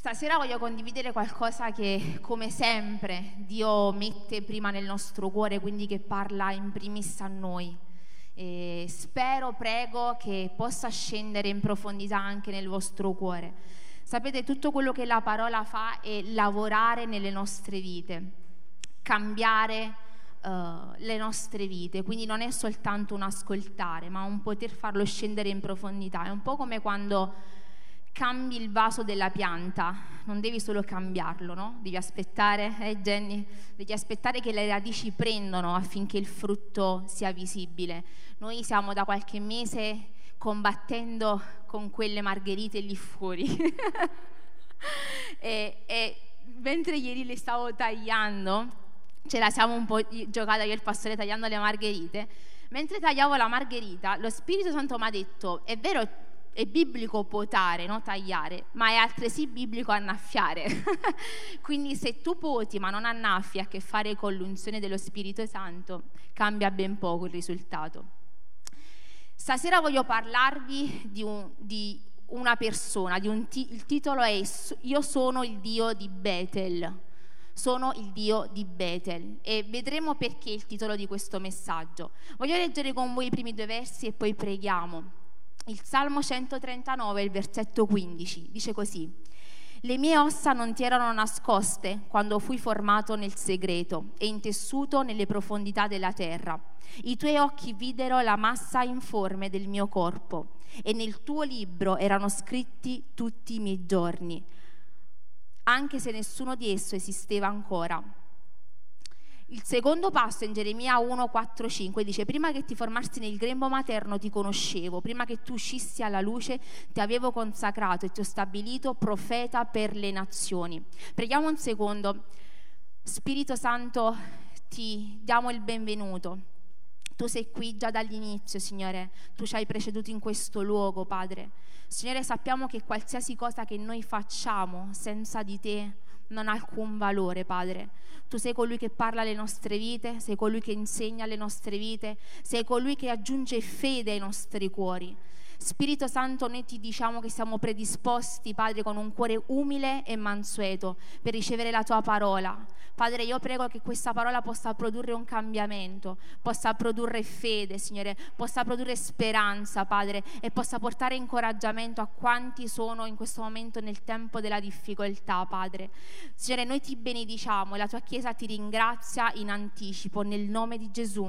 Stasera voglio condividere qualcosa che, come sempre, Dio mette prima nel nostro cuore, quindi che parla in primis a noi. E prego che possa scendere in profondità anche nel vostro cuore. Sapete, tutto quello che la parola fa è lavorare nelle nostre vite, cambiare le nostre vite, quindi non è soltanto un ascoltare, ma un poter farlo scendere in profondità. È un po' come quando cambi il vaso della pianta, non devi solo cambiarlo, no? Devi aspettare, Jenny? Devi aspettare che le radici prendano affinché il frutto sia visibile. Noi siamo da qualche mese combattendo con quelle margherite lì fuori e mentre ieri le stavo tagliando, ce la siamo un po' giocata io e il pastore tagliando le margherite. Mentre tagliavo la margherita, lo Spirito Santo mi ha detto: è vero, è biblico potare, no? Tagliare, ma è altresì biblico annaffiare. Quindi se tu poti ma non annaffi, a che fare con l'unzione dello Spirito Santo, cambia ben poco il risultato. Stasera voglio parlarvi di una persona, il titolo è Io sono il Dio di Betel. Sono il Dio di Betel, e vedremo perché il titolo di questo messaggio. Voglio leggere con voi i primi due versi e poi preghiamo. Il Salmo 139, il versetto 15, dice così: le mie ossa non ti erano nascoste quando fui formato nel segreto e intessuto nelle profondità della terra. I tuoi occhi videro la massa informe del mio corpo, e nel tuo libro erano scritti tutti i miei giorni, anche se nessuno di esso esisteva ancora. Il secondo passo in Geremia 1, 4, 5 dice: prima che ti formassi nel grembo materno ti conoscevo, prima che tu uscissi alla luce ti avevo consacrato e ti ho stabilito profeta per le nazioni. Preghiamo un secondo. Spirito Santo, ti diamo il benvenuto. Tu sei qui già dall'inizio, Signore, tu ci hai preceduto in questo luogo, Padre. Signore, sappiamo che qualsiasi cosa che noi facciamo senza di te non ha alcun valore, Padre. Tu sei colui che parla alle nostre vite, sei colui che insegna alle nostre vite, sei colui che aggiunge fede ai nostri cuori. Spirito Santo, noi ti diciamo che siamo predisposti, Padre, con un cuore umile e mansueto per ricevere la tua parola. Padre, io prego che questa parola possa produrre un cambiamento, possa produrre fede, Signore, possa produrre speranza, Padre, e possa portare incoraggiamento a quanti sono in questo momento nel tempo della difficoltà, Padre. Signore, noi ti benediciamo e la tua Chiesa ti ringrazia in anticipo, nel nome di Gesù.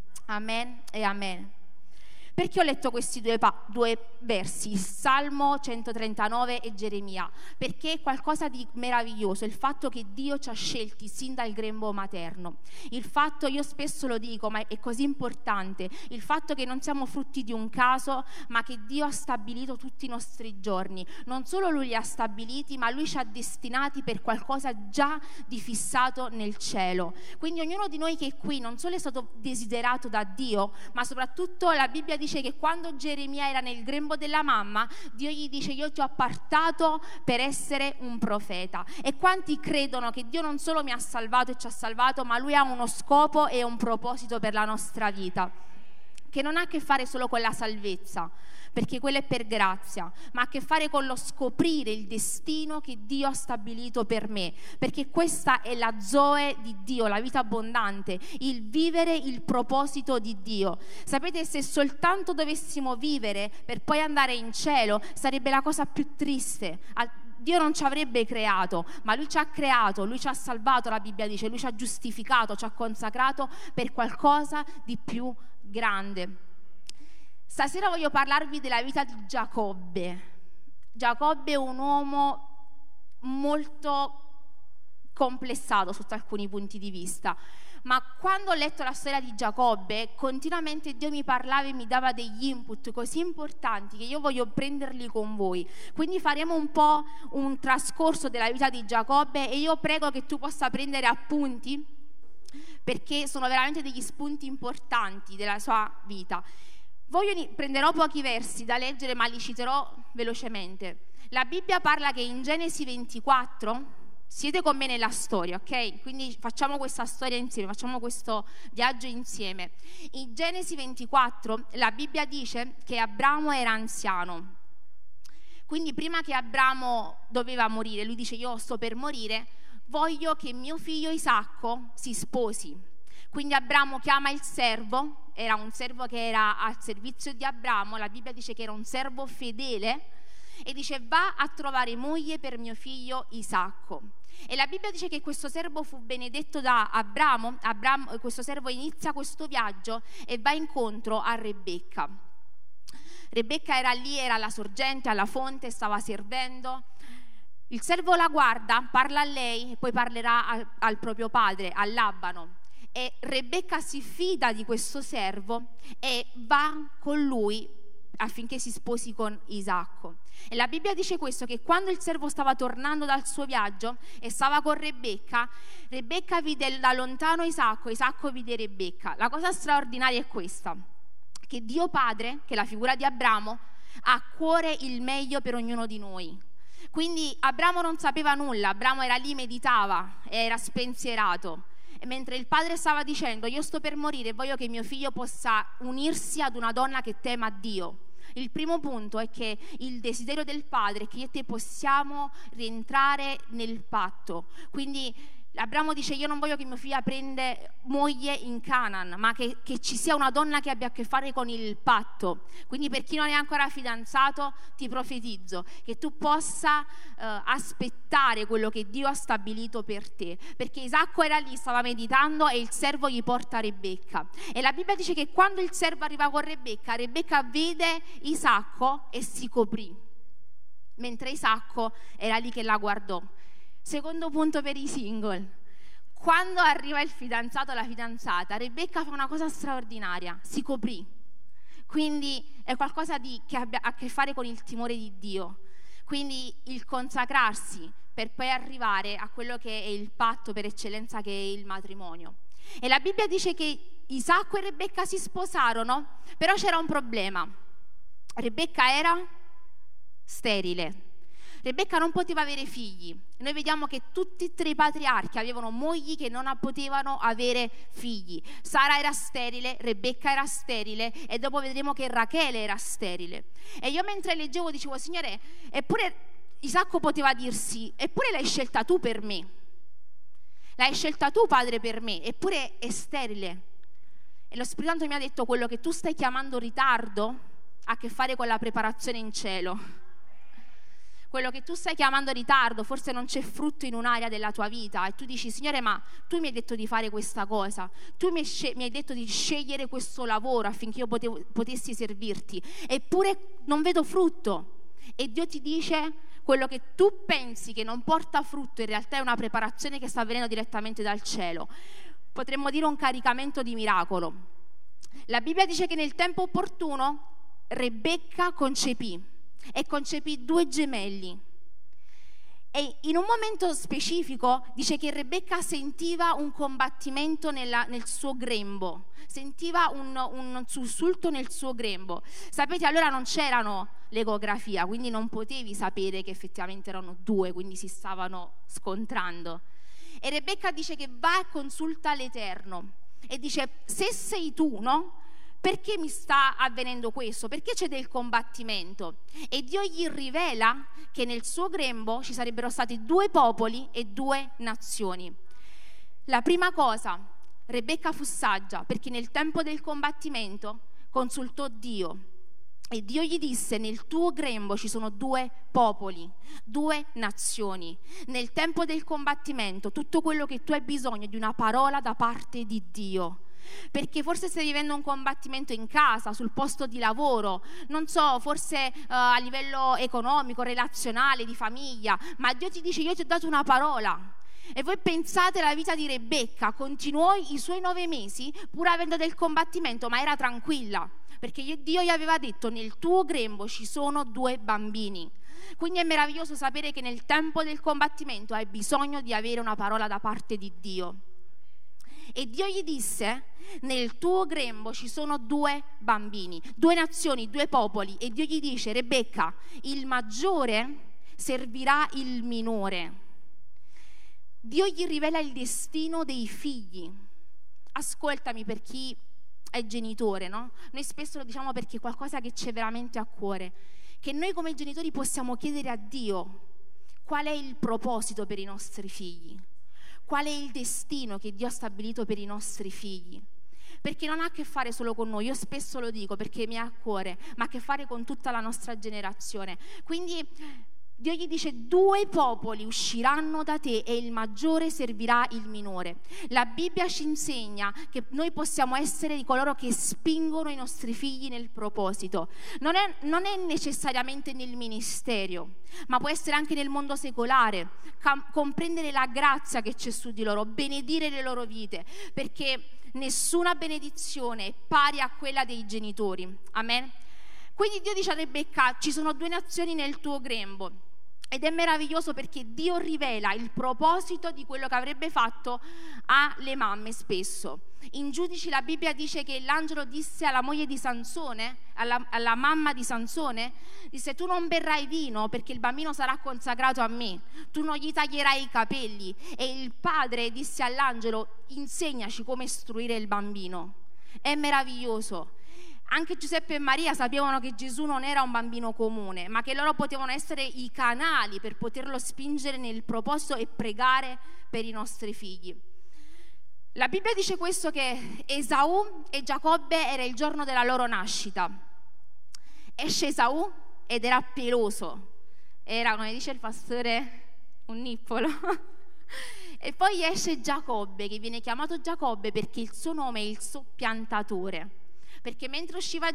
Amen e amen. Perché ho letto questi due versi, Salmo 139 e Geremia? Perché è qualcosa di meraviglioso il fatto che Dio ci ha scelti sin dal grembo materno. Il fatto, io spesso lo dico, ma è così importante, il fatto che non siamo frutti di un caso, ma che Dio ha stabilito tutti i nostri giorni. Non solo Lui li ha stabiliti, ma Lui ci ha destinati per qualcosa già di fissato nel cielo. Quindi ognuno di noi che è qui non solo è stato desiderato da Dio, ma soprattutto la Bibbia dice che quando Geremia era nel grembo della mamma, Dio gli dice: io ti ho appartato per essere un profeta. E quanti credono che Dio non solo mi ha salvato e ci ha salvato, ma Lui ha uno scopo e un proposito per la nostra vita, che non ha a che fare solo con la salvezza, perché quello è per grazia, ma ha a che fare con lo scoprire il destino che Dio ha stabilito per me, perché questa è la Zoe di Dio, la vita abbondante, il vivere il proposito di Dio. Sapete, se soltanto dovessimo vivere per poi andare in cielo, sarebbe la cosa più triste. Dio non ci avrebbe creato, ma Lui ci ha creato, Lui ci ha salvato, la Bibbia dice, Lui ci ha giustificato, ci ha consacrato per qualcosa di più grande. Stasera voglio parlarvi della vita di Giacobbe. Giacobbe è un uomo molto complessato sotto alcuni punti di vista, ma quando ho letto la storia di Giacobbe, continuamente Dio mi parlava e mi dava degli input così importanti che io voglio prenderli con voi. Quindi faremo un po' un trascorso della vita di Giacobbe e io prego che tu possa prendere appunti, perché sono veramente degli spunti importanti della sua vita. Prenderò pochi versi da leggere, ma li citerò velocemente. La Bibbia parla che in Genesi 24, siete con me nella storia, ok? Quindi facciamo questa storia insieme, facciamo questo viaggio insieme. In Genesi 24 la Bibbia dice che Abramo era anziano. Quindi prima che Abramo doveva morire, lui dice: io sto per morire, voglio che mio figlio Isacco si sposi. Quindi Abramo chiama il servo, era un servo che era al servizio di Abramo, la Bibbia dice che era un servo fedele, e dice: va a trovare moglie per mio figlio Isacco. E la Bibbia dice che questo servo fu benedetto da Abramo. Questo servo inizia questo viaggio e va incontro a Rebecca. Rebecca era lì, era alla sorgente, alla fonte, stava servendo. Il servo la guarda, parla a lei e poi parlerà al proprio padre, a Labano. E Rebecca si fida di questo servo e va con lui affinché si sposi con Isacco. E la Bibbia dice questo, che quando il servo stava tornando dal suo viaggio e stava con Rebecca, Rebecca vide da lontano Isacco, Isacco vide Rebecca. La cosa straordinaria è questa, che Dio Padre, che è la figura di Abramo, ha a cuore il meglio per ognuno di noi. Quindi Abramo non sapeva nulla, Abramo era lì, meditava, era spensierato. E mentre il padre stava dicendo: io sto per morire e voglio che mio figlio possa unirsi ad una donna che tema Dio. Il primo punto è che il desiderio del padre è che io e te possiamo rientrare nel patto. Quindi Abramo dice: io non voglio che mio figlio prenda moglie in Canaan, ma che ci sia una donna che abbia a che fare con il patto. Quindi per chi non è ancora fidanzato, ti profetizzo che tu possa aspettare quello che Dio ha stabilito per te, perché Isacco era lì, stava meditando e il servo gli porta Rebecca. E la Bibbia dice che quando il servo arriva con Rebecca, Rebecca vede Isacco e si coprì, mentre Isacco era lì che la guardò. Secondo punto per i single: quando arriva il fidanzato o la fidanzata, Rebecca fa una cosa straordinaria, si coprì. Quindi è qualcosa che abbia a che fare con il timore di Dio, quindi il consacrarsi per poi arrivare a quello che è il patto per eccellenza, che è il matrimonio. E la Bibbia dice che Isacco e Rebecca si sposarono, però c'era un problema: Rebecca era sterile. Rebecca non poteva avere figli. Noi vediamo che tutti e tre i patriarchi avevano mogli che non potevano avere figli. Sara era sterile, Rebecca era sterile e dopo vedremo che Rachele era sterile. E io mentre leggevo dicevo: Signore, eppure Isacco poteva dirsi: eppure l'hai scelta tu per me, l'hai scelta tu, padre, per me, eppure è sterile. E lo Spirito Santo mi ha detto: quello che tu stai chiamando ritardo ha a che fare con la preparazione in cielo. Quello che tu stai chiamando ritardo, forse non c'è frutto in un'area della tua vita e tu dici: Signore, ma tu mi hai detto di fare questa cosa, tu mi hai detto di scegliere questo lavoro affinché io potessi servirti, eppure non vedo frutto. E Dio ti dice: quello che tu pensi che non porta frutto in realtà è una preparazione che sta avvenendo direttamente dal cielo. Potremmo dire un caricamento di miracolo. La Bibbia dice che nel tempo opportuno Rebecca concepì e concepì 2 gemelli. E in un momento specifico dice che Rebecca sentiva un combattimento nel suo grembo, sentiva un sussulto nel suo grembo. Sapete, allora non c'erano l'ecografia, quindi non potevi sapere che effettivamente erano 2, quindi si stavano scontrando. E Rebecca dice che va e consulta l'Eterno e dice: se sei tu, no? Perché mi sta avvenendo questo? Perché c'è del combattimento? E Dio gli rivela che nel suo grembo ci sarebbero stati 2 popoli e 2 nazioni. La prima cosa, Rebecca fu saggia perché nel tempo del combattimento consultò Dio e Dio gli disse: nel tuo grembo ci sono 2 popoli, 2 nazioni. Nel tempo del combattimento tutto quello che tu hai bisogno è di una parola da parte di Dio. Perché forse stai vivendo un combattimento in casa, sul posto di lavoro, non so, forse a livello economico, relazionale, di famiglia, ma Dio ti dice: io ti ho dato una parola. E voi pensate alla vita di Rebecca, continuò i suoi 9 mesi pur avendo del combattimento, ma era tranquilla, perché Dio gli aveva detto: nel tuo grembo ci sono 2 bambini. Quindi è meraviglioso sapere che nel tempo del combattimento hai bisogno di avere una parola da parte di Dio. E Dio gli disse: nel tuo grembo ci sono 2 bambini, 2 nazioni, 2 popoli. E Dio gli dice: Rebecca, il maggiore servirà il minore. Dio gli rivela il destino dei figli. Ascoltami, per chi è genitore, no? Noi spesso lo diciamo perché è qualcosa che c'è veramente a cuore, che noi come genitori possiamo chiedere a Dio qual è il proposito per i nostri figli, qual è il destino che Dio ha stabilito per i nostri figli. Perché non ha a che fare solo con noi, io spesso lo dico perché mi ha a cuore, ma ha a che fare con tutta la nostra generazione. Quindi Dio gli dice: 2 popoli usciranno da te e il maggiore servirà il minore. La Bibbia ci insegna che noi possiamo essere di coloro che spingono i nostri figli nel proposito. Non è necessariamente nel ministero, ma può essere anche nel mondo secolare, comprendere la grazia che c'è su di loro, benedire le loro vite, perché nessuna benedizione è pari a quella dei genitori. Amen. Quindi Dio dice a Rebecca: ci sono 2 nazioni nel tuo grembo. Ed è meraviglioso perché Dio rivela il proposito di quello che avrebbe fatto alle mamme spesso. In Giudici la Bibbia dice che l'angelo disse alla moglie di Sansone, alla mamma di Sansone, disse: tu non berrai vino perché il bambino sarà consacrato a me, tu non gli taglierai i capelli. E il padre disse all'angelo: insegnaci come istruire il bambino. È meraviglioso. Anche Giuseppe e Maria sapevano che Gesù non era un bambino comune, ma che loro potevano essere i canali per poterlo spingere nel proposito e pregare per i nostri figli. La Bibbia dice questo, che Esaù e Giacobbe era il giorno della loro nascita. Esce Esaù ed era peloso, era, come dice il pastore, un nippolo. E poi esce Giacobbe, che viene chiamato Giacobbe perché il suo nome è il soppiantatore. Perché mentre usciva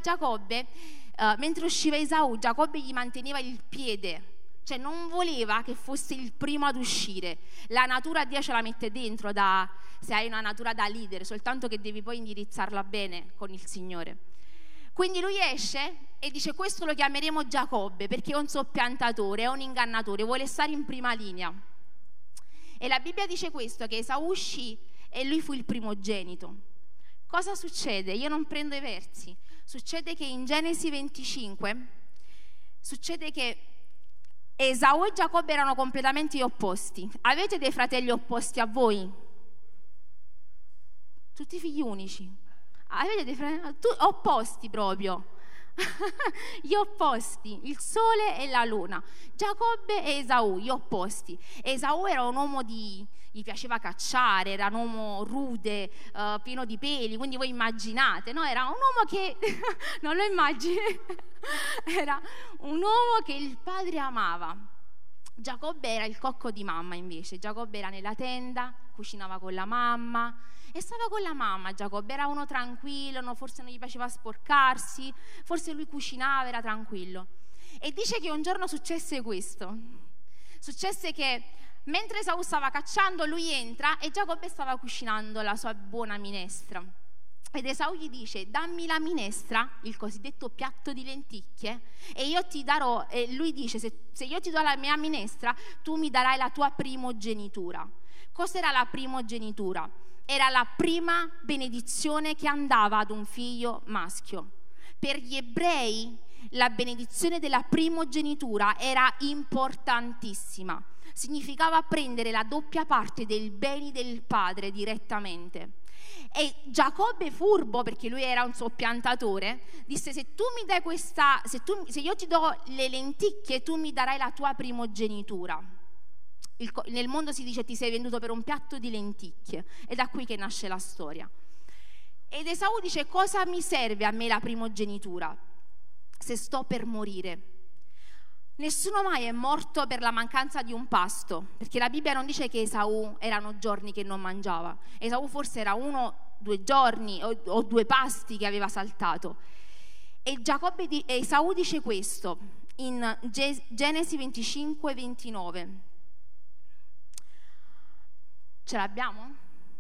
Esaù, Giacobbe gli manteneva il piede, cioè non voleva che fosse il primo ad uscire. La natura Dio ce la mette dentro, se hai una natura da leader, soltanto che devi poi indirizzarla bene con il Signore. Quindi lui esce e dice: questo lo chiameremo Giacobbe perché è un soppiantatore, è un ingannatore, vuole stare in prima linea. E la Bibbia dice questo, che Esaù uscì e lui fu il primogenito. Cosa succede? Io non prendo i versi. Succede che in Genesi 25 succede che Esaù e Giacobbe erano completamente opposti. Avete dei fratelli opposti a voi? Tutti figli unici. Avete dei fratelli opposti proprio. Gli opposti, il sole e la luna. Giacobbe e Esaù, gli opposti. Esaù era un uomo gli piaceva cacciare, era un uomo rude, pieno di peli, quindi voi immaginate, no? Era un uomo che non lo immagini. Era un uomo che il padre amava. Giacobbe era il cocco di mamma invece. Giacobbe era nella tenda, cucinava con la mamma e stava con la mamma. Giacobbe era uno tranquillo, forse non gli piaceva sporcarsi, forse lui cucinava, era tranquillo. E dice che un giorno successe questo. Successe che mentre Esaù stava cacciando, lui entra e Giacobbe stava cucinando la sua buona minestra. Ed Esaù gli dice: dammi la minestra, il cosiddetto piatto di lenticchie, e io ti darò. E lui dice: se io ti do la mia minestra, tu mi darai la tua primogenitura. Cos'era la primogenitura? Era la prima benedizione che andava ad un figlio maschio. Per gli ebrei la benedizione della primogenitura era importantissima. Significava prendere la doppia parte dei beni del padre direttamente. E Giacobbe, furbo perché lui era un soppiantatore, disse: se tu mi dai se io ti do le lenticchie, tu mi darai la tua primogenitura. Nel mondo si dice: ti sei venduto per un piatto di lenticchie. È da qui che nasce la storia. Ed Esaù dice: cosa mi serve a me la primogenitura se sto per morire? Nessuno mai è morto per la mancanza di un pasto, perché la Bibbia non dice che Esaù erano giorni che non mangiava. Esaù forse era 1-2 giorni o 2 pasti che aveva saltato. E Esaù dice questo in Genesi 25-29. Ce l'abbiamo?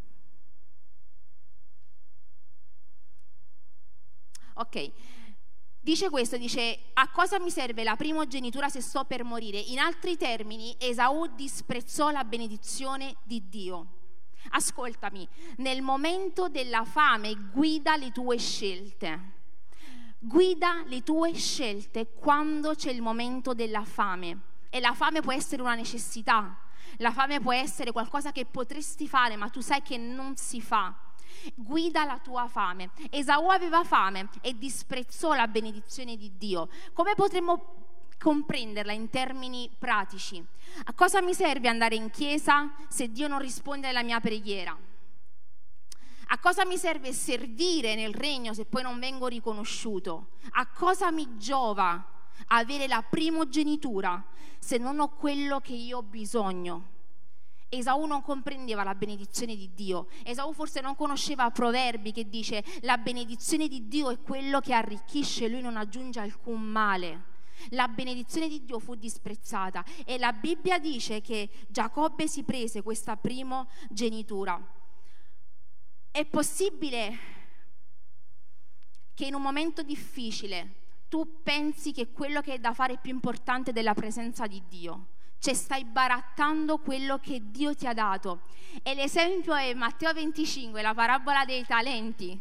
Ok. Dice questo, dice: a cosa mi serve la primogenitura se sto per morire? In altri termini, Esaù disprezzò la benedizione di Dio. Ascoltami, nel momento della fame guida le tue scelte. Guida le tue scelte quando c'è il momento della fame. E la fame può essere una necessità. La fame può essere qualcosa che potresti fare, ma tu sai che non si fa. Guida la tua fame. Esaù aveva fame e disprezzò la benedizione di Dio. Come potremmo comprenderla in termini pratici. A cosa mi serve andare in chiesa se Dio non risponde alla mia preghiera? A cosa mi serve servire nel regno se poi non vengo riconosciuto? A cosa mi giova avere la primogenitura se non ho quello che io ho bisogno? Esau non comprendeva la benedizione di Dio. Esau forse non conosceva Proverbi che dice: la benedizione di Dio è quello che arricchisce, lui non aggiunge alcun male. La benedizione di Dio fu disprezzata e la Bibbia dice che Giacobbe si prese questa primogenitura. È possibile che in un momento difficile tu pensi che quello che è da fare è più importante della presenza di Dio, cioè stai barattando quello che Dio ti ha dato. E l'esempio è Matteo 25, la parabola dei talenti.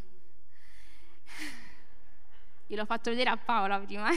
Io l'ho fatto vedere a Paola prima.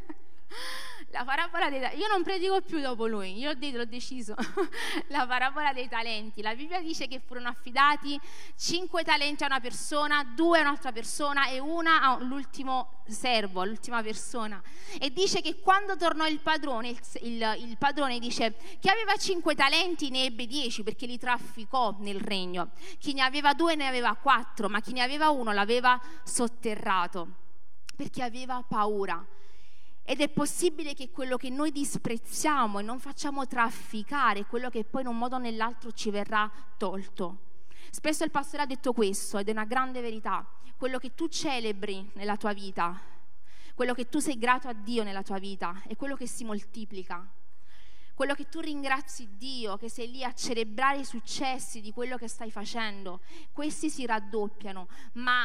La parabola dei talenti. Io non predico più dopo lui, io l'ho deciso. La parabola dei talenti. La Bibbia dice che furono affidati 5 talenti a una persona, 2 a un'altra persona e 1 all'ultimo servo, all'ultima persona. E dice che quando tornò il padrone, il padrone dice: chi aveva 5 talenti ne ebbe 10 perché li trafficò nel regno. Chi ne aveva 2 ne aveva 4, ma chi ne aveva 1 l'aveva sotterrato perché aveva paura. Ed è possibile che quello che noi disprezziamo e non facciamo trafficare è quello che poi in un modo o nell'altro ci verrà tolto. Spesso il pastore ha detto questo ed è una grande verità: quello che tu celebri nella tua vita, quello che tu sei grato a Dio nella tua vita è quello che si moltiplica. Quello che tu ringrazi Dio, che sei lì a celebrare i successi di quello che stai facendo, questi si raddoppiano, ma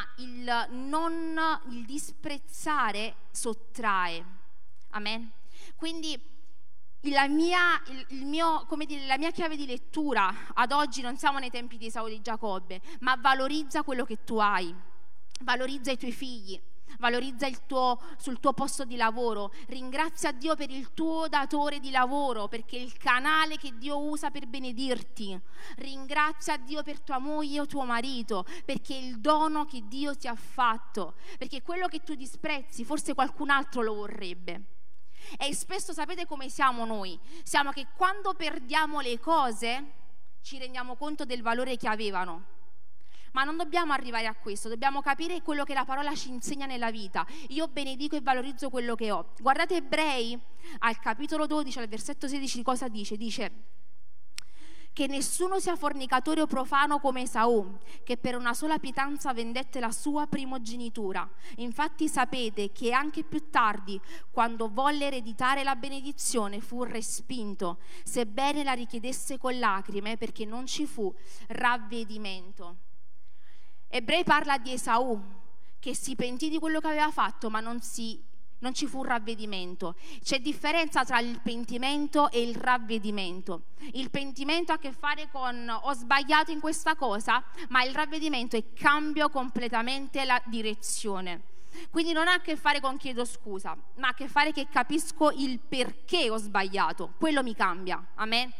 il disprezzare sottrae. Amen. Quindi la mia chiave di lettura ad oggi, non siamo nei tempi di Esau e di Giacobbe, ma valorizza quello che tu hai, valorizza i tuoi figli, valorizza sul tuo posto di lavoro, ringrazia Dio per il tuo datore di lavoro, perché è il canale che Dio usa per benedirti. Ringrazia Dio per tua moglie o tuo marito, perché è il dono che Dio ti ha fatto, perché quello che tu disprezzi forse qualcun altro lo vorrebbe. E spesso sapete come siamo noi? Siamo che quando perdiamo le cose ci rendiamo conto del valore che avevano. Ma non dobbiamo arrivare a questo, dobbiamo capire quello che la parola ci insegna nella vita. Io benedico e valorizzo quello che ho. Guardate Ebrei al capitolo 12, al versetto 16, cosa dice? Dice che nessuno sia fornicatore o profano come Esaù, che per una sola pietanza vendette la sua primogenitura. Infatti sapete che anche più tardi, quando volle ereditare la benedizione, fu respinto, sebbene la richiedesse con lacrime, perché non ci fu ravvedimento. Ebrei parla di Esaù che si pentì di quello che aveva fatto, ma non ci fu ravvedimento. C'è differenza tra il pentimento e il ravvedimento. Il pentimento ha a che fare con ho sbagliato in questa cosa, ma il ravvedimento è cambio completamente la direzione. Quindi non ha a che fare con chiedo scusa, ma ha a che fare che capisco il perché ho sbagliato, quello mi cambia. Amen.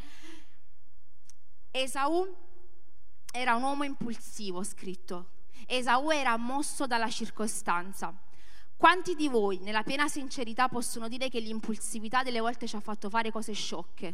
Esaù era un uomo impulsivo, scritto. Esaù era mosso dalla circostanza. Quanti di voi, nella piena sincerità, possono dire che l'impulsività delle volte ci ha fatto fare cose sciocche?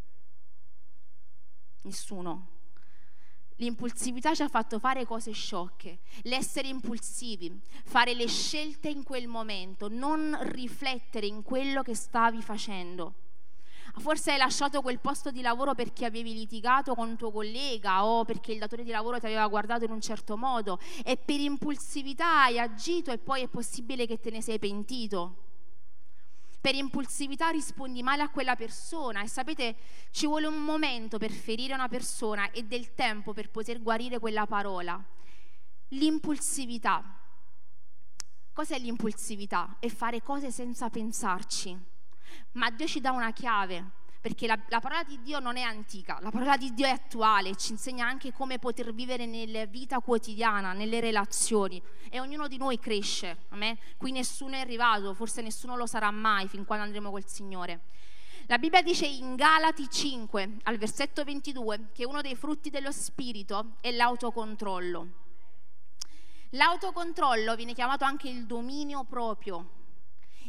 Nessuno. L'impulsività ci ha fatto fare cose sciocche. L'essere impulsivi, fare le scelte in quel momento, non riflettere in quello che stavi facendo. Forse hai lasciato quel posto di lavoro perché avevi litigato con un tuo collega o perché il datore di lavoro ti aveva guardato in un certo modo e per impulsività hai agito e poi è possibile che te ne sei pentito. Per impulsività rispondi male a quella persona e sapete, ci vuole un momento per ferire una persona e del tempo per poter guarire quella parola. L'impulsività. Cos'è l'impulsività? È fare cose senza pensarci. Ma Dio ci dà una chiave, perché la parola di Dio non è antica, la parola di Dio è attuale, ci insegna anche come poter vivere nella vita quotidiana, nelle relazioni, e ognuno di noi cresce. Amen? Qui nessuno è arrivato, forse nessuno lo sarà mai fin quando andremo col Signore. La Bibbia dice in Galati 5 al versetto 22 che uno dei frutti dello Spirito è l'autocontrollo. L'autocontrollo viene chiamato anche il dominio proprio.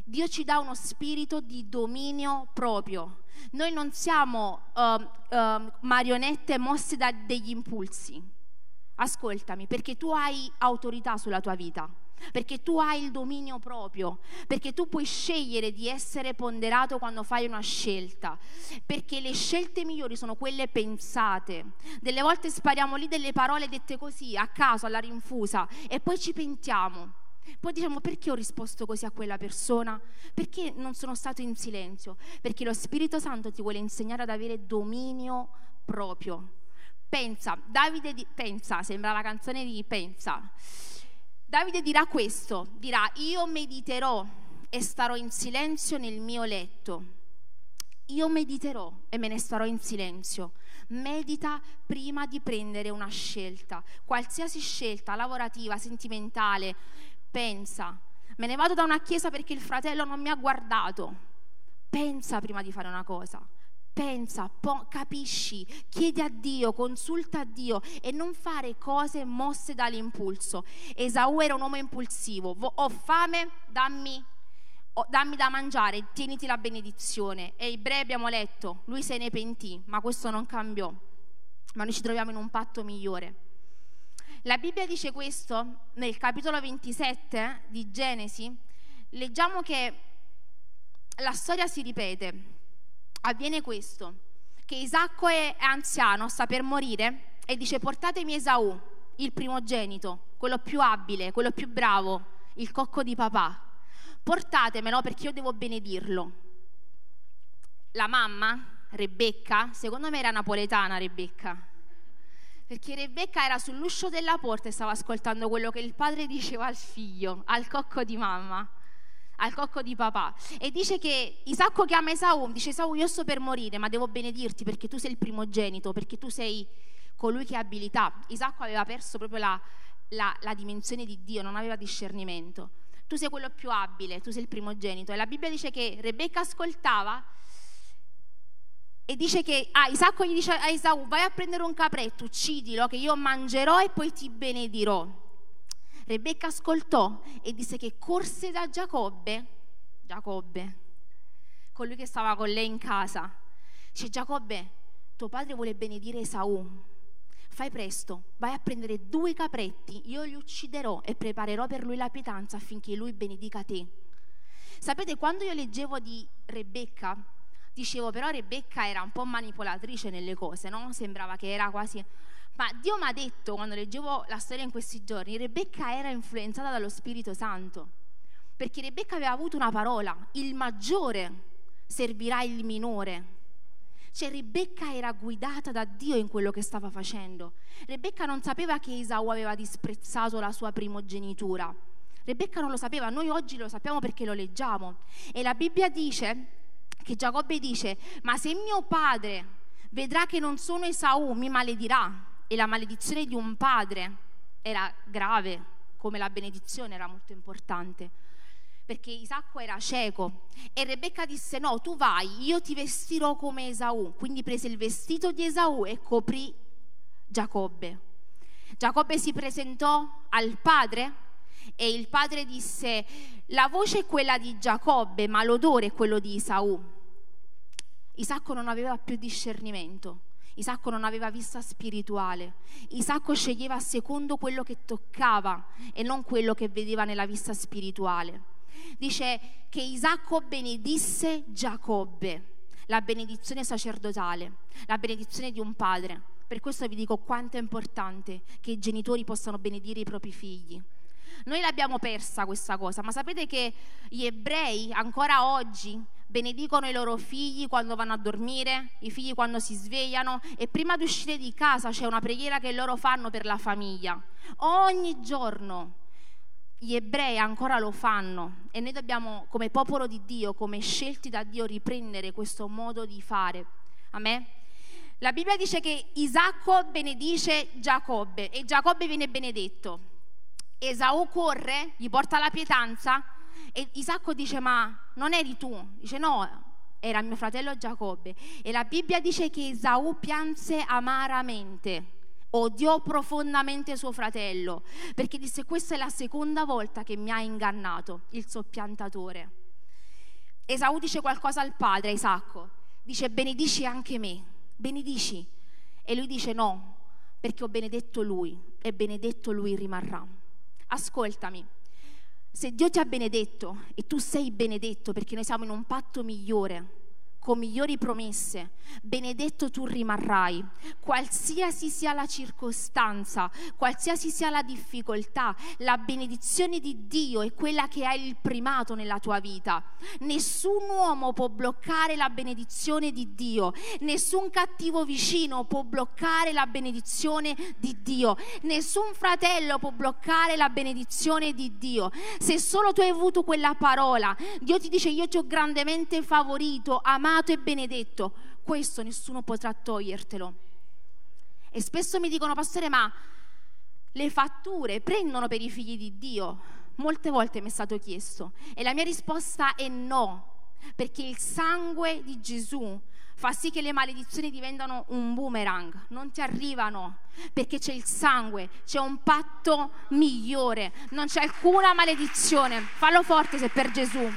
Dio ci dà uno spirito di dominio proprio. Noi non siamo marionette mosse da degli impulsi. Ascoltami, perché tu hai autorità sulla tua vita, perché tu hai il dominio proprio, perché tu puoi scegliere di essere ponderato quando fai una scelta, perché le scelte migliori sono quelle pensate. Delle volte spariamo lì delle parole dette così, a caso, alla rinfusa, e poi ci pentiamo. Poi diciamo: perché ho risposto così a quella persona? Perché non sono stato in silenzio? Perché lo Spirito Santo ti vuole insegnare ad avere dominio proprio. Pensa, pensa, sembra la canzone di Pensa. Davide dirà questo, dirà: io mediterò e starò in silenzio nel mio letto. Io mediterò e me ne starò in silenzio. Medita prima di prendere una scelta, qualsiasi scelta, lavorativa, sentimentale. Pensa: me ne vado da una chiesa perché il fratello non mi ha guardato. Pensa prima di fare una cosa. Pensa, capisci, chiedi a Dio, consulta a Dio e non fare cose mosse dall'impulso. Esaù era un uomo impulsivo: ho fame, dammi da mangiare, tieniti la benedizione. E Ebrei abbiamo letto, lui se ne pentì, ma questo non cambiò. Ma noi ci troviamo in un patto migliore. La Bibbia dice questo nel capitolo 27 di Genesi. Leggiamo che la storia si ripete. Avviene questo, che Isacco è anziano, sta per morire, e dice: portatemi Esaù, il primogenito, quello più abile, quello più bravo, il cocco di papà. Portatemelo perché io devo benedirlo. La mamma, Rebecca, secondo me era napoletana Rebecca, perché Rebecca era sull'uscio della porta e stava ascoltando quello che il padre diceva al figlio, al cocco di mamma, al cocco di papà. E dice che Isacco chiama Esaù, dice: Esaù, io sto per morire, ma devo benedirti perché tu sei il primogenito, perché tu sei colui che ha abilità. Isacco aveva perso proprio la dimensione di Dio, non aveva discernimento. Tu sei quello più abile, tu sei il primogenito. E la Bibbia dice che Rebecca ascoltava e dice che Isacco gli dice a Esaù: vai a prendere un capretto, uccidilo, che io mangerò e poi ti benedirò. Rebecca ascoltò e disse che corse da Giacobbe, colui che stava con lei in casa. Dice: Giacobbe, tuo padre vuole benedire Esaù, fai presto, vai a prendere 2 capretti, io li ucciderò e preparerò per lui la pietanza affinché lui benedica te. Sapete, quando io leggevo di Rebecca, dicevo: però Rebecca era un po' manipolatrice nelle cose, no? Sembrava che era quasi... Ma Dio mi ha detto, quando leggevo la storia in questi giorni, Rebecca era influenzata dallo Spirito Santo, perché Rebecca aveva avuto una parola: il maggiore servirà il minore. Cioè Rebecca era guidata da Dio in quello che stava facendo. Rebecca non sapeva che Esaù aveva disprezzato la sua primogenitura. Rebecca non lo sapeva, noi oggi lo sappiamo perché lo leggiamo. E la Bibbia dice che Giacobbe dice: ma se mio padre vedrà che non sono Esaù, mi maledirà. E la maledizione di un padre era grave, come la benedizione era molto importante, perché Isacco era cieco. E Rebecca disse: no, tu vai, io ti vestirò come Esaù. Quindi prese il vestito di Esaù e coprì Giacobbe. Giacobbe si presentò al padre e il padre disse: la voce è quella di Giacobbe, ma l'odore è quello di Esaù. Isacco non aveva più discernimento. Isacco non aveva vista spirituale. Isacco sceglieva secondo quello che toccava e non quello che vedeva nella vista spirituale. Dice che Isacco benedisse Giacobbe, la benedizione sacerdotale, la benedizione di un padre. Per questo vi dico quanto è importante che i genitori possano benedire i propri figli. Noi l'abbiamo persa questa cosa, ma sapete che gli ebrei ancora oggi benedicono i loro figli quando vanno a dormire, i figli quando si svegliano, e prima di uscire di casa c'è una preghiera che loro fanno per la famiglia. Ogni giorno gli ebrei ancora lo fanno e noi dobbiamo, come popolo di Dio, come scelti da Dio, riprendere questo modo di fare. Amen? La Bibbia dice che Isacco benedice Giacobbe e Giacobbe viene benedetto. Esaù corre, gli porta la pietanza e Isacco dice: ma non eri tu? Dice: no, era mio fratello Giacobbe. E la Bibbia dice che Esaù pianse amaramente, odiò profondamente suo fratello, perché disse: questa è la seconda volta che mi ha ingannato il soppiantatore. Esaù dice qualcosa al padre, a Isacco, dice benedici anche me, benedici. E lui dice no, perché ho benedetto lui e benedetto lui rimarrà. Ascoltami, se Dio ti ha benedetto e tu sei benedetto, perché noi siamo in un patto migliore, con migliori promesse, benedetto tu rimarrai, qualsiasi sia la circostanza, qualsiasi sia la difficoltà, la benedizione di Dio è quella che ha il primato nella tua vita. Nessun uomo può bloccare la benedizione di Dio, nessun cattivo vicino può bloccare la benedizione di Dio, nessun fratello può bloccare la benedizione di Dio. Se solo tu hai avuto quella parola, Dio ti dice io ti ho grandemente favorito, amato e benedetto, questo nessuno potrà togliertelo. E spesso mi dicono pastore, ma le fatture prendono per i figli di Dio? Molte volte mi è stato chiesto e la mia risposta è no, perché il sangue di Gesù fa sì che le maledizioni diventano un boomerang, non ti arrivano, perché c'è il sangue, c'è un patto migliore, non c'è alcuna maledizione. Fallo forte se per Gesù.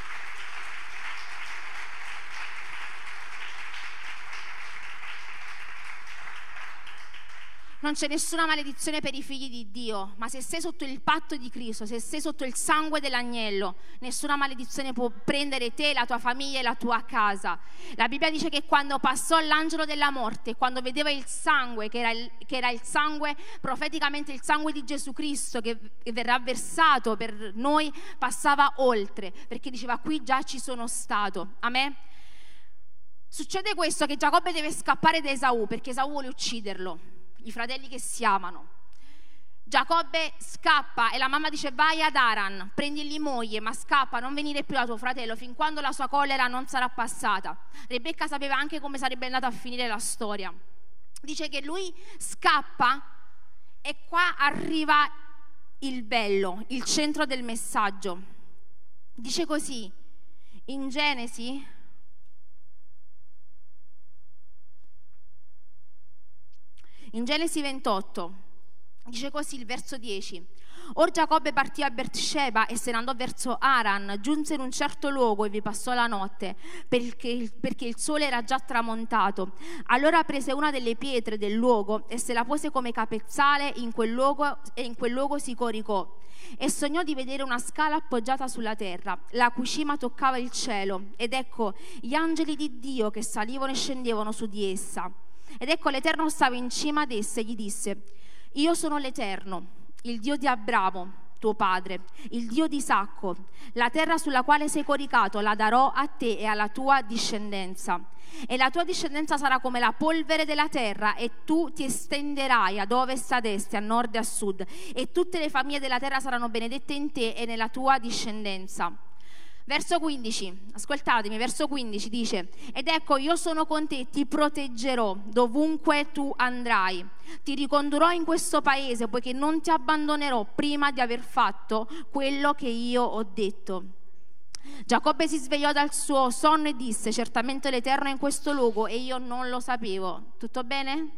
Non c'è nessuna maledizione per i figli di Dio, ma se sei sotto il patto di Cristo, se sei sotto il sangue dell'agnello, nessuna maledizione può prendere te, la tua famiglia e la tua casa. La Bibbia dice che quando passò l'angelo della morte, quando vedeva il sangue, che era il sangue, profeticamente il sangue di Gesù Cristo che verrà versato per noi, passava oltre, perché diceva qui già ci sono stato. Amen? Succede questo, che Giacobbe deve scappare da Esaù, perché Esaù vuole ucciderlo. I fratelli che si amano. Giacobbe scappa e la mamma dice vai ad Aran, prendili moglie, ma scappa, non venire più da tuo fratello fin quando la sua collera non sarà passata. Rebecca sapeva anche come sarebbe andata a finire la storia. Dice che lui scappa e qua arriva il bello, il centro del messaggio. Dice così in Genesi 28, dice così il verso 10: Or Giacobbe partì a Beersheba e se ne andò verso Aran, giunse in un certo luogo e vi passò la notte, perché il sole era già tramontato. Allora prese una delle pietre del luogo e se la pose come capezzale in quel luogo si coricò. E sognò di vedere una scala appoggiata sulla terra, la cui cima toccava il cielo, ed ecco gli angeli di Dio che salivano e scendevano su di essa. Ed ecco l'Eterno stava in cima ad essa e gli disse: Io sono l'Eterno, il Dio di Abramo, tuo padre, il Dio di Isacco. La terra sulla quale sei coricato la darò a te e alla tua discendenza. E la tua discendenza sarà come la polvere della terra, e tu ti estenderai ad ovest, ad est, a nord e a sud. E tutte le famiglie della terra saranno benedette in te e nella tua discendenza. Verso 15, ascoltatemi, verso 15 dice: Ed ecco io sono con te, ti proteggerò dovunque tu andrai, ti ricondurrò in questo paese, poiché non ti abbandonerò prima di aver fatto quello che io ho detto. Giacobbe si svegliò dal suo sonno e disse: Certamente l'Eterno è in questo luogo e io non lo sapevo. Tutto bene?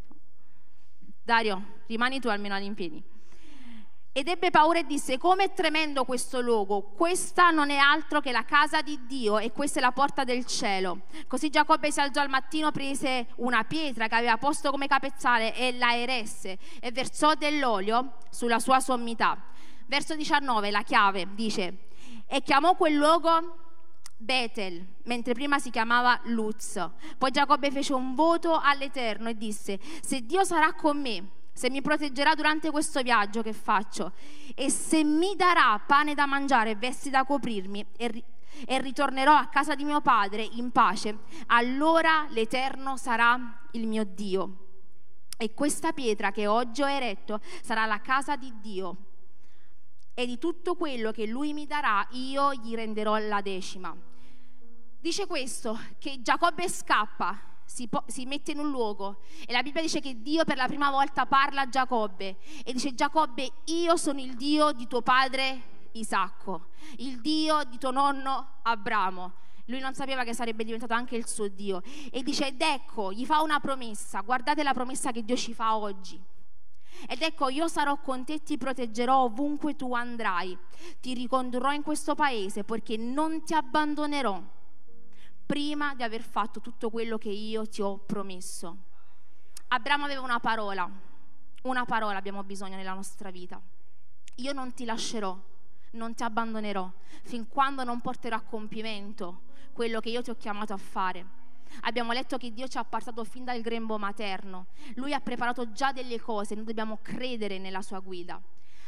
Dario, rimani tu almeno in piedi. Ed ebbe paura e disse: come è tremendo questo luogo, questa non è altro che la casa di Dio e questa è la porta del cielo. Così Giacobbe si alzò al mattino, prese una pietra che aveva posto come capezzale e la eresse e versò dell'olio sulla sua sommità. Verso 19, la chiave, dice: e chiamò quel luogo Betel, mentre prima si chiamava Luz. Poi Giacobbe fece un voto all'Eterno e disse: se Dio sarà con me, se mi proteggerà durante questo viaggio che faccio, e se mi darà pane da mangiare e vesti da coprirmi, e ritornerò a casa di mio padre in pace, allora l'Eterno sarà il mio Dio. E questa pietra che oggi ho eretto sarà la casa di Dio. E di tutto quello che lui mi darà io gli renderò la decima. Dice questo, che Giacobbe scappa, si mette in un luogo e la Bibbia dice che Dio per la prima volta parla a Giacobbe e dice: Giacobbe, io sono il Dio di tuo padre Isacco, il Dio di tuo nonno Abramo. Lui non sapeva che sarebbe diventato anche il suo Dio, e dice: ed ecco, gli fa una promessa. Guardate la promessa che Dio ci fa oggi. Ed ecco, io sarò con te e ti proteggerò ovunque tu andrai, ti ricondurrò in questo paese perché non ti abbandonerò prima di aver fatto tutto quello che io ti ho promesso. Abramo aveva una parola abbiamo bisogno nella nostra vita. Io non ti lascerò, non ti abbandonerò fin quando non porterò a compimento quello che io ti ho chiamato a fare. Abbiamo letto che Dio ci ha partorito fin dal grembo materno. Lui ha preparato già delle cose, noi dobbiamo credere nella sua guida.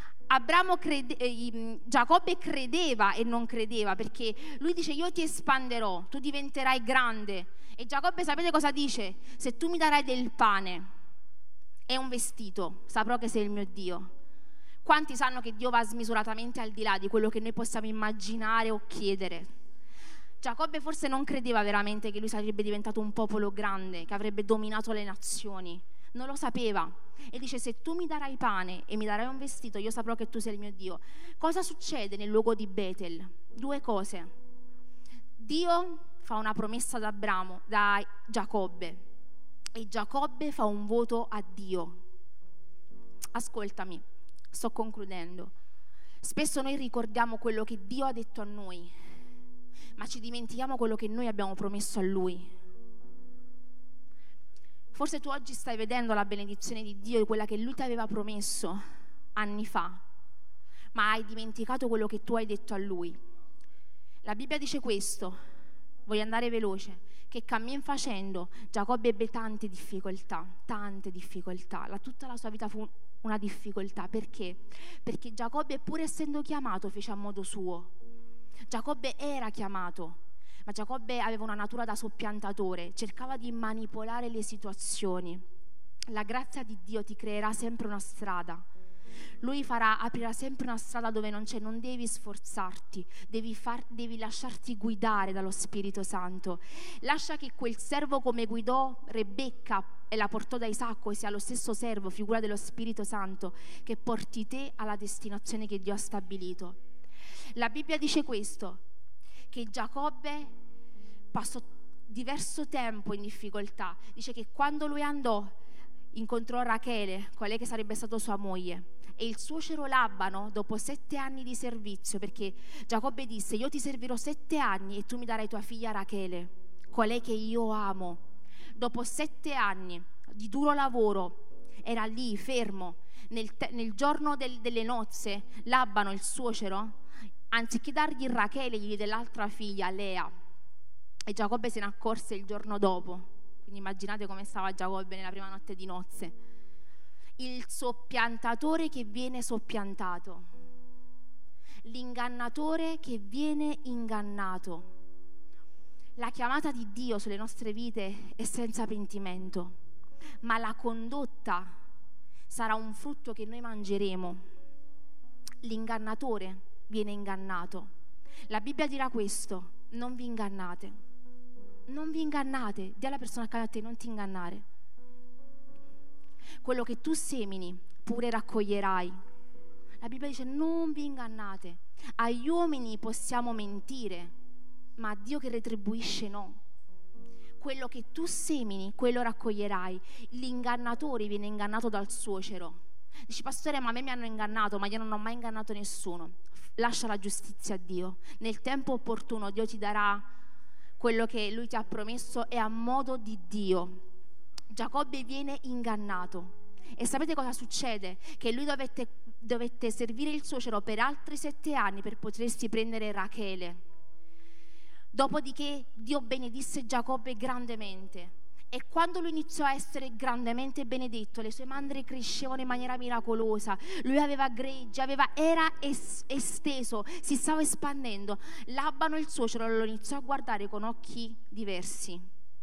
Giacobbe credeva e non credeva, perché lui dice: io ti espanderò, tu diventerai grande. E Giacobbe, sapete cosa dice? Se tu mi darai del pane e un vestito, saprò che sei il mio Dio. Quanti sanno che Dio va smisuratamente al di là di quello che noi possiamo immaginare o chiedere? Giacobbe forse non credeva veramente che lui sarebbe diventato un popolo grande, che avrebbe dominato le nazioni. Non lo sapeva. E dice: se tu mi darai pane e mi darai un vestito, io saprò che tu sei il mio Dio. Cosa succede nel luogo di Betel? Due cose. Dio fa una promessa da Giacobbe, e Giacobbe fa un voto a Dio. Ascoltami, sto concludendo. Spesso noi ricordiamo quello che Dio ha detto a noi, ma ci dimentichiamo quello che noi abbiamo promesso a Lui. Forse tu oggi stai vedendo la benedizione di Dio, quella che Lui ti aveva promesso anni fa, ma hai dimenticato quello che tu hai detto a Lui. La Bibbia dice questo, voglio andare veloce, che cammin facendo Giacobbe ebbe tante difficoltà. Tutta la sua vita fu una difficoltà. Perché? Perché Giacobbe, pur essendo chiamato, fece a modo suo. Giacobbe era chiamato, ma Giacobbe aveva una natura da soppiantatore, cercava di manipolare le situazioni. La grazia di Dio ti creerà sempre una strada. Lui aprirà sempre una strada dove non c'è. Non devi sforzarti, devi lasciarti guidare dallo Spirito Santo. Lascia che quel servo, come guidò Rebecca e la portò da Isacco, sia lo stesso servo, figura dello Spirito Santo, che porti te alla destinazione che Dio ha stabilito. La Bibbia dice questo, che Giacobbe passò diverso tempo in difficoltà. Dice che quando lui andò, incontrò Rachele, colei che sarebbe stata sua moglie, e il suocero Labano, dopo 7 anni di servizio, perché Giacobbe disse: io ti servirò 7 anni e tu mi darai tua figlia Rachele, colei che io amo. Dopo 7 anni di duro lavoro era lì fermo. Nel giorno delle nozze, Labano, il suocero, anziché dargli Rachele, gli diede l'altra figlia, Lea, e Giacobbe se ne accorse il giorno dopo. Quindi immaginate come stava Giacobbe nella prima notte di nozze. Il soppiantatore che viene soppiantato, l'ingannatore che viene ingannato. La chiamata di Dio sulle nostre vite è senza pentimento, ma la condotta sarà un frutto che noi mangeremo. L'ingannatore viene ingannato. La Bibbia dirà questo: non vi ingannate. Non vi ingannate. Dì alla persona accanto a te: non ti ingannare. Quello che tu semini pure raccoglierai. La Bibbia dice: non vi ingannate. Agli uomini possiamo mentire, ma a Dio che retribuisce no. Quello che tu semini, quello raccoglierai. L'ingannatore viene ingannato dal suocero. Dici: pastore, ma a me mi hanno ingannato, ma io non ho mai ingannato nessuno. Lascia la giustizia a Dio. Nel tempo opportuno Dio ti darà quello che Lui ti ha promesso, e a modo di Dio. Giacobbe viene ingannato. E sapete cosa succede? Che lui dovette servire il suocero per altri 7 anni per potersi prendere Rachele. Dopodiché Dio benedisse Giacobbe grandemente. E quando lui iniziò a essere grandemente benedetto, le sue mandrie crescevano in maniera miracolosa, lui aveva greggi, era esteso, si stava espandendo. Labano, il suocero, lo iniziò a guardare con occhi diversi.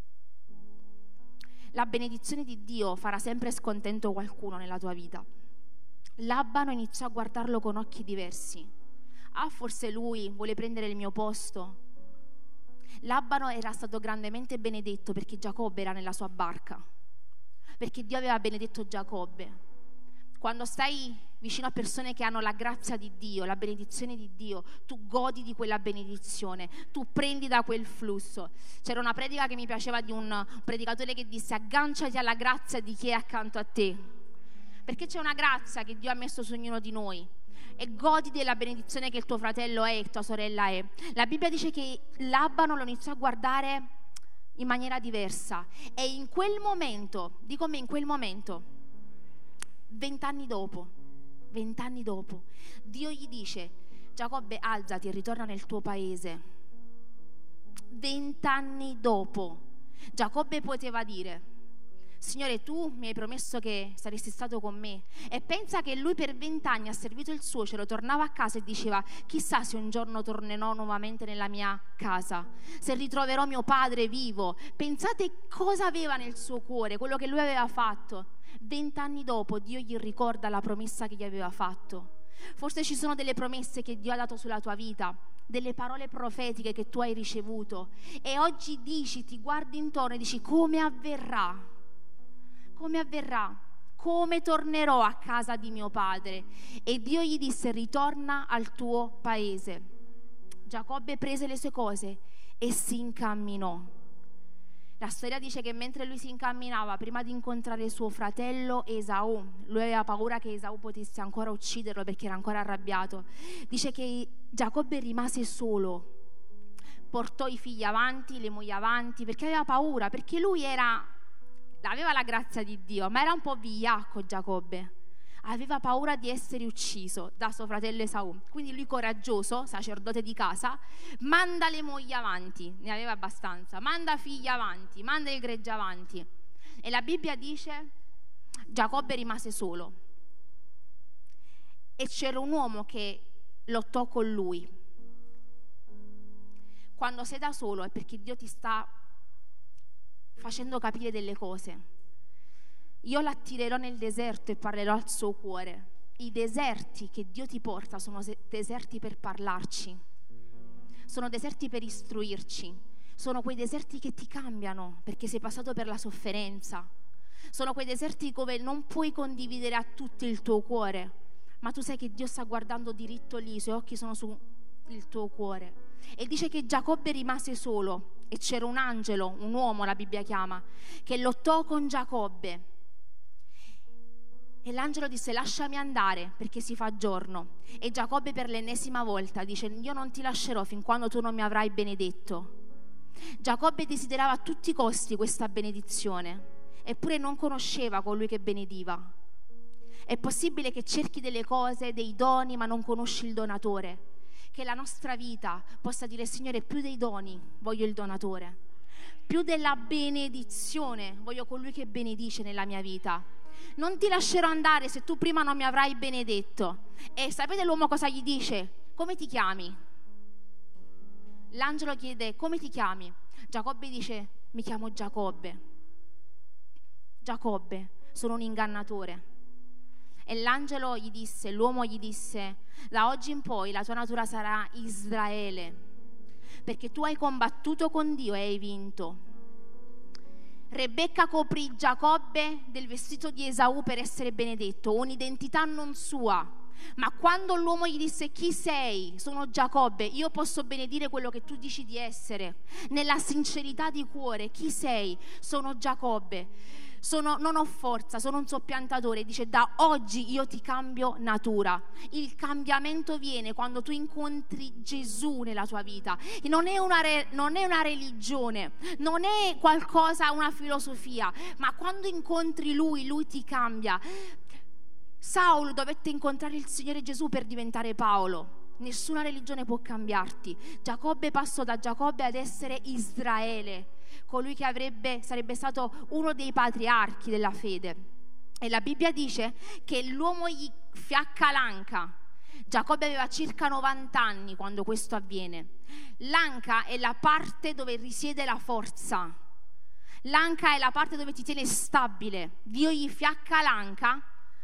La benedizione di Dio farà sempre scontento qualcuno nella tua vita. Labano iniziò a guardarlo con occhi diversi. Forse lui vuole prendere il mio posto. Labano era stato grandemente benedetto perché Giacobbe era nella sua barca, perché Dio aveva benedetto Giacobbe. Quando stai vicino a persone che hanno la grazia di Dio, la benedizione di Dio, tu godi di quella benedizione, tu prendi da quel flusso. C'era una predica che mi piaceva di un predicatore che disse: agganciati alla grazia di chi è accanto a te, perché c'è una grazia che Dio ha messo su ognuno di noi, e godi della benedizione che il tuo fratello è e tua sorella è. La Bibbia dice che Labano lo iniziò a guardare in maniera diversa, e in quel momento, dico me, in quel momento, 20 anni dopo, Dio gli dice: Giacobbe, alzati e ritorna nel tuo paese. 20 anni dopo Giacobbe poteva dire: Signore, tu mi hai promesso che saresti stato con me. E pensa che lui per 20 anni ha servito il suocero, tornava a casa e diceva: chissà se un giorno tornerò nuovamente nella mia casa, se ritroverò mio padre vivo. Pensate cosa aveva nel suo cuore, quello che lui aveva fatto. 20 anni dopo Dio gli ricorda la promessa che gli aveva fatto. Forse ci sono delle promesse che Dio ha dato sulla tua vita, delle parole profetiche che tu hai ricevuto, e oggi dici, ti guardi intorno e dici: come avverrà? Come avverrà? Come tornerò a casa di mio padre? E Dio gli disse: ritorna al tuo paese. Giacobbe prese le sue cose e si incamminò. La storia dice che mentre lui si incamminava, prima di incontrare suo fratello Esaù, lui aveva paura che Esaù potesse ancora ucciderlo perché era ancora arrabbiato. Dice che Giacobbe rimase solo, portò i figli avanti, le mogli avanti, perché aveva paura, perché lui aveva la grazia di Dio, ma era un po' vigliacco Giacobbe, aveva paura di essere ucciso da suo fratello Esaù. Quindi lui, coraggioso, sacerdote di casa, manda le mogli avanti, ne aveva abbastanza, manda figli avanti, manda il gregge avanti. E la Bibbia dice: Giacobbe rimase solo, e c'era un uomo che lottò con lui. Quando sei da solo è perché Dio ti sta facendo capire delle cose. Io l'attirerò nel deserto e parlerò al suo cuore. I deserti che Dio ti porta sono deserti per parlarci, sono deserti per istruirci, sono quei deserti che ti cambiano perché sei passato per la sofferenza, sono quei deserti dove non puoi condividere a tutti il tuo cuore, ma tu sai che Dio sta guardando diritto lì, i suoi occhi sono sul tuo cuore. E dice che Giacobbe rimase solo, e c'era un angelo, un uomo la Bibbia chiama, che lottò con Giacobbe. E l'angelo disse: lasciami andare perché si fa giorno. E Giacobbe per l'ennesima volta dice: io non ti lascerò fin quando tu non mi avrai benedetto. Giacobbe desiderava a tutti i costi questa benedizione, eppure non conosceva colui che benediva. È possibile che cerchi delle cose, dei doni, ma non conosci il donatore. Che la nostra vita possa dire: Signore, più dei doni voglio il donatore, più della benedizione voglio colui che benedice nella mia vita. Non ti lascerò andare se tu prima non mi avrai benedetto. E sapete l'uomo cosa gli dice? Come ti chiami? L'angelo chiede: come ti chiami? Giacobbe dice: mi chiamo Giacobbe. Giacobbe, sono un ingannatore. E l'angelo gli disse, l'uomo gli disse: da oggi in poi la tua natura sarà Israele, perché tu hai combattuto con Dio e hai vinto. Rebecca coprì Giacobbe del vestito di Esaù per essere benedetto, un'identità non sua. Ma quando l'uomo gli disse: chi sei? Sono Giacobbe, io posso benedire quello che tu dici di essere, nella sincerità di cuore. Chi sei? Sono Giacobbe. Non ho forza, sono un soppiantatore. Dice: da oggi io ti cambio natura. Il cambiamento viene quando tu incontri Gesù nella tua vita. Non è una religione, non è qualcosa, una filosofia, ma quando incontri Lui ti cambia. Saulo dovette incontrare il Signore Gesù per diventare Paolo. Nessuna religione può cambiarti. Giacobbe passò da Giacobbe ad essere Israele, colui che sarebbe stato uno dei patriarchi della fede. E la Bibbia dice che l'uomo gli fiacca l'anca. Giacobbe aveva circa 90 anni quando questo avviene. L'anca è la parte dove risiede la forza. L'anca è la parte dove ti tiene stabile. Dio gli fiacca l'anca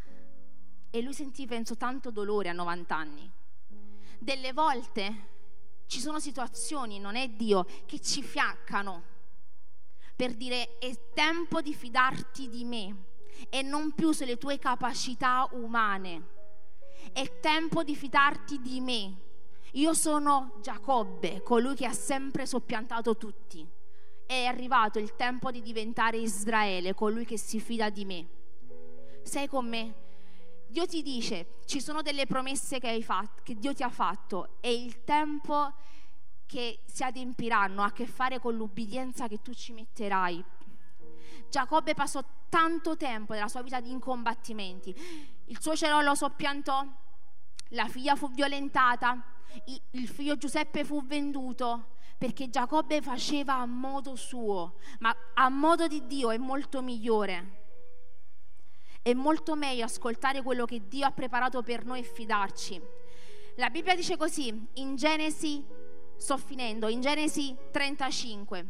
e lui sentì, penso, tanto dolore a 90 anni. Delle volte ci sono situazioni, non è Dio, che ci fiaccano per dire: è tempo di fidarti di me e non più sulle tue capacità umane. È tempo di fidarti di me. Io sono Giacobbe, colui che ha sempre soppiantato tutti. È arrivato il tempo di diventare Israele, colui che si fida di me. Sei con me? Dio ti dice, ci sono delle promesse che hai fatto, che Dio ti ha fatto, e il tempo che si adempiranno ha a che fare con l'ubbidienza che tu ci metterai. Giacobbe passò tanto tempo della sua vita in combattimenti. Il suo cervello lo soppiantò, la figlia fu violentata, il figlio Giuseppe fu venduto, perché Giacobbe faceva a modo suo, ma a modo di Dio è molto migliore. È molto meglio ascoltare quello che Dio ha preparato per noi e fidarci. La Bibbia dice così, in Genesi, sto finendo, in Genesi 35.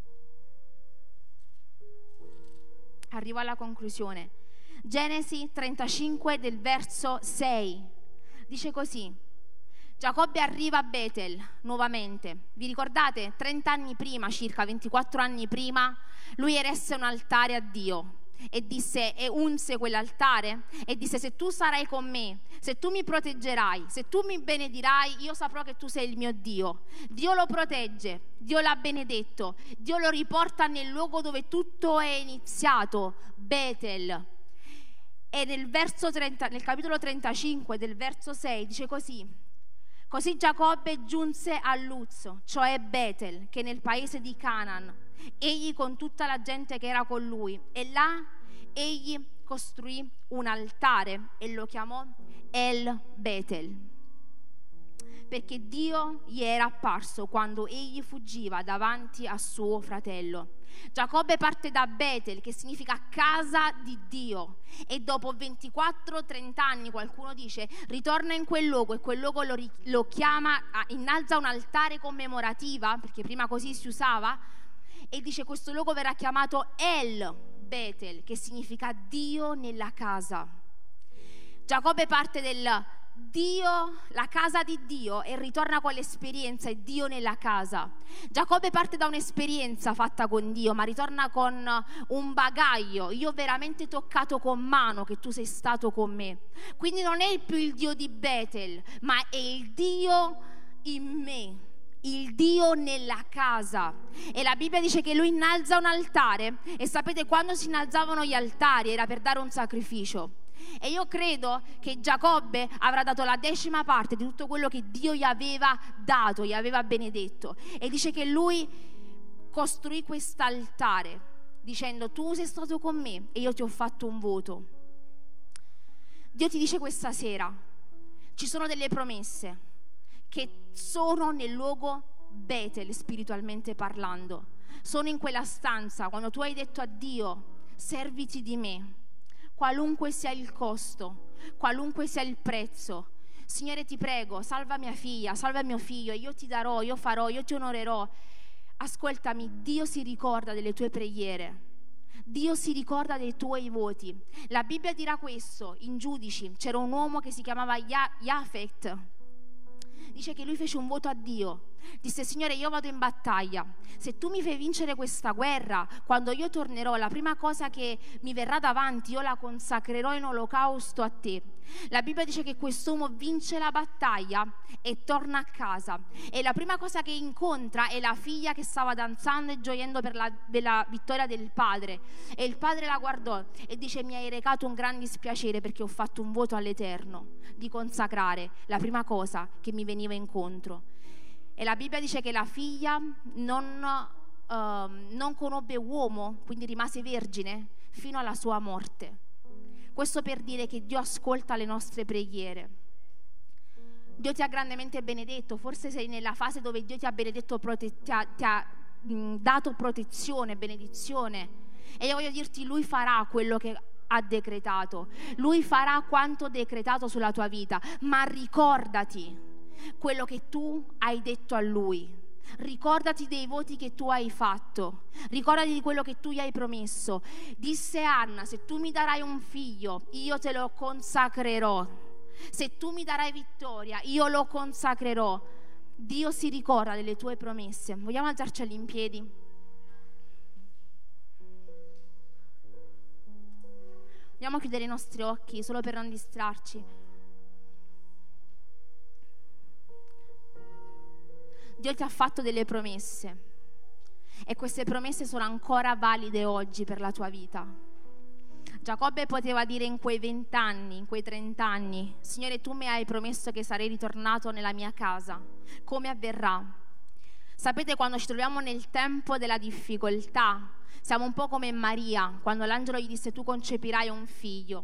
Arrivo alla conclusione. Genesi 35 del verso 6. Dice così: Giacobbe arriva a Betel nuovamente. Vi ricordate? 30 anni prima, circa 24 anni prima, lui eresse un altare a Dio e disse, e unse quell'altare e disse: se tu sarai con me, se tu mi proteggerai, se tu mi benedirai, io saprò che tu sei il mio Dio. Dio lo protegge, Dio l'ha benedetto, Dio lo riporta nel luogo dove tutto è iniziato, Betel. E nel capitolo 35 del verso 6 dice così: così Giacobbe giunse a Luz, cioè Betel, che è nel paese di Canaan, egli con tutta la gente che era con lui, e là egli costruì un altare e lo chiamò El Betel, perché Dio gli era apparso quando egli fuggiva davanti a suo fratello. Giacobbe parte da Betel, che significa casa di Dio, e dopo 24-30 anni, qualcuno dice, ritorna in quel luogo, e quel luogo lo chiama, innalza un altare commemorativa, perché prima così si usava, e dice questo luogo verrà chiamato El Betel, che significa Dio nella casa. Giacobbe parte del Dio, la casa di Dio, e ritorna con l'esperienza e Dio nella casa. Giacobbe parte da un'esperienza fatta con Dio, ma ritorna con un bagaglio. Io ho veramente toccato con mano che tu sei stato con me. Quindi non è più il Dio di Betel, ma è il Dio in me, il Dio nella casa. E la Bibbia dice che lui innalza un altare, e sapete, quando si innalzavano gli altari era per dare un sacrificio. E io credo che Giacobbe avrà dato la 10ª parte di tutto quello che Dio gli aveva dato, gli aveva benedetto, e dice che lui costruì quest'altare dicendo: tu sei stato con me e io ti ho fatto un voto. Dio ti dice questa sera: ci sono delle promesse che sono nel luogo Betel, spiritualmente parlando, sono in quella stanza. Quando tu hai detto a Dio: serviti di me, qualunque sia il costo, qualunque sia il prezzo, Signore ti prego, salva mia figlia, salva mio figlio, io ti darò, io farò, io ti onorerò. Ascoltami, Dio si ricorda delle tue preghiere, Dio si ricorda dei tuoi voti. La Bibbia dirà questo in Giudici. C'era un uomo che si chiamava Jafet. Dice che lui fece un voto a Dio, disse: Signore, io vado in battaglia, se tu mi fai vincere questa guerra, quando io tornerò, la prima cosa che mi verrà davanti io la consacrerò in olocausto a te. La Bibbia dice che quest'uomo vince la battaglia e torna a casa, e la prima cosa che incontra è la figlia che stava danzando e gioiendo per la vittoria del padre, e il padre la guardò e dice: mi hai recato un gran dispiacere, perché ho fatto un voto all'Eterno di consacrare la prima cosa che mi veniva incontro. E la Bibbia dice che la figlia non conobbe uomo, quindi rimase vergine fino alla sua morte. Questo per dire che Dio ascolta le nostre preghiere. Dio ti ha grandemente benedetto. Forse sei nella fase dove Dio ti ha benedetto, ti ha dato protezione, benedizione, e io voglio dirti: Lui farà quello che ha decretato, Lui farà quanto decretato sulla tua vita, ma ricordati quello che tu hai detto a Lui, ricordati dei voti che tu hai fatto, ricordati di quello che tu gli hai promesso. Disse Anna: se tu mi darai un figlio, io te lo consacrerò, se tu mi darai vittoria, io lo consacrerò. Dio si ricorda delle tue promesse. Vogliamo alzarci in piedi? Vogliamo chiudere i nostri occhi solo per non distrarci. Dio ti ha fatto delle promesse, e queste promesse sono ancora valide oggi per la tua vita. Giacobbe poteva dire in quei 20 anni, in quei 30 anni: Signore, tu mi hai promesso che sarei ritornato nella mia casa. Come avverrà? Sapete, quando ci troviamo nel tempo della difficoltà, siamo un po' come Maria, quando l'angelo gli disse: tu concepirai un figlio.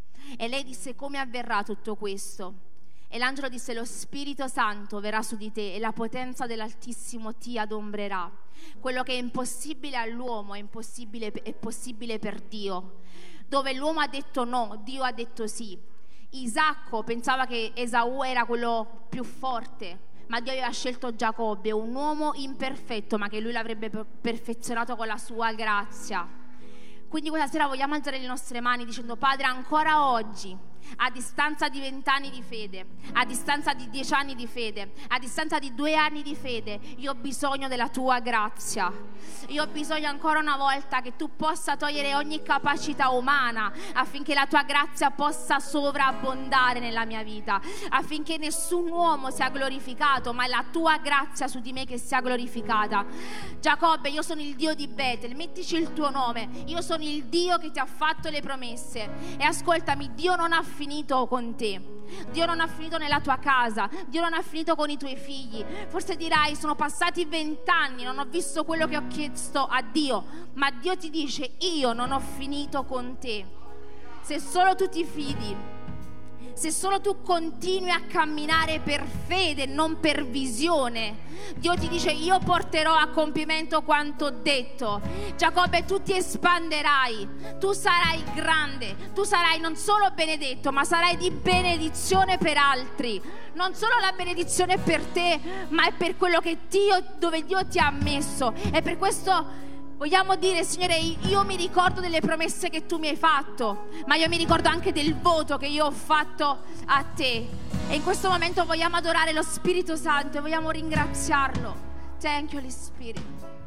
E lei disse: come avverrà tutto questo? E l'angelo disse: lo Spirito Santo verrà su di te e la potenza dell'Altissimo ti adombrerà. Quello che è impossibile all'uomo è possibile per Dio. Dove l'uomo ha detto no, Dio ha detto sì. Isacco pensava che Esaù era quello più forte, ma Dio aveva scelto Giacobbe, un uomo imperfetto, ma che lui l'avrebbe perfezionato con la sua grazia. Quindi questa sera vogliamo alzare le nostre mani dicendo: Padre, ancora oggi, a distanza di 20 anni di fede, a distanza di 10 anni di fede, a distanza di 2 anni di fede, io ho bisogno della tua grazia. Io ho bisogno ancora una volta che tu possa togliere ogni capacità umana, affinché la tua grazia possa sovrabbondare nella mia vita, affinché nessun uomo sia glorificato, ma è la tua grazia su di me che sia glorificata. Giacobbe, io sono il Dio di Betel, mettici il tuo nome, io sono il Dio che ti ha fatto le promesse. E ascoltami, Dio non ha finito con te, Dio non ha finito nella tua casa, Dio non ha finito con i tuoi figli. Forse dirai: sono passati 20 anni, non ho visto quello che ho chiesto a Dio. Ma Dio ti dice: io non ho finito con te. Se solo tu ti fidi, se solo tu continui a camminare per fede, non per visione, Dio ti dice: io porterò a compimento quanto ho detto. Giacobbe, tu ti espanderai, tu sarai grande, tu sarai non solo benedetto, ma sarai di benedizione per altri. Non solo la benedizione per te, ma è per quello che dove Dio ti ha messo. E per questo vogliamo dire: Signore, io mi ricordo delle promesse che tu mi hai fatto, ma io mi ricordo anche del voto che io ho fatto a te. E in questo momento vogliamo adorare lo Spirito Santo e vogliamo ringraziarlo. Thank you, Holy Spirit.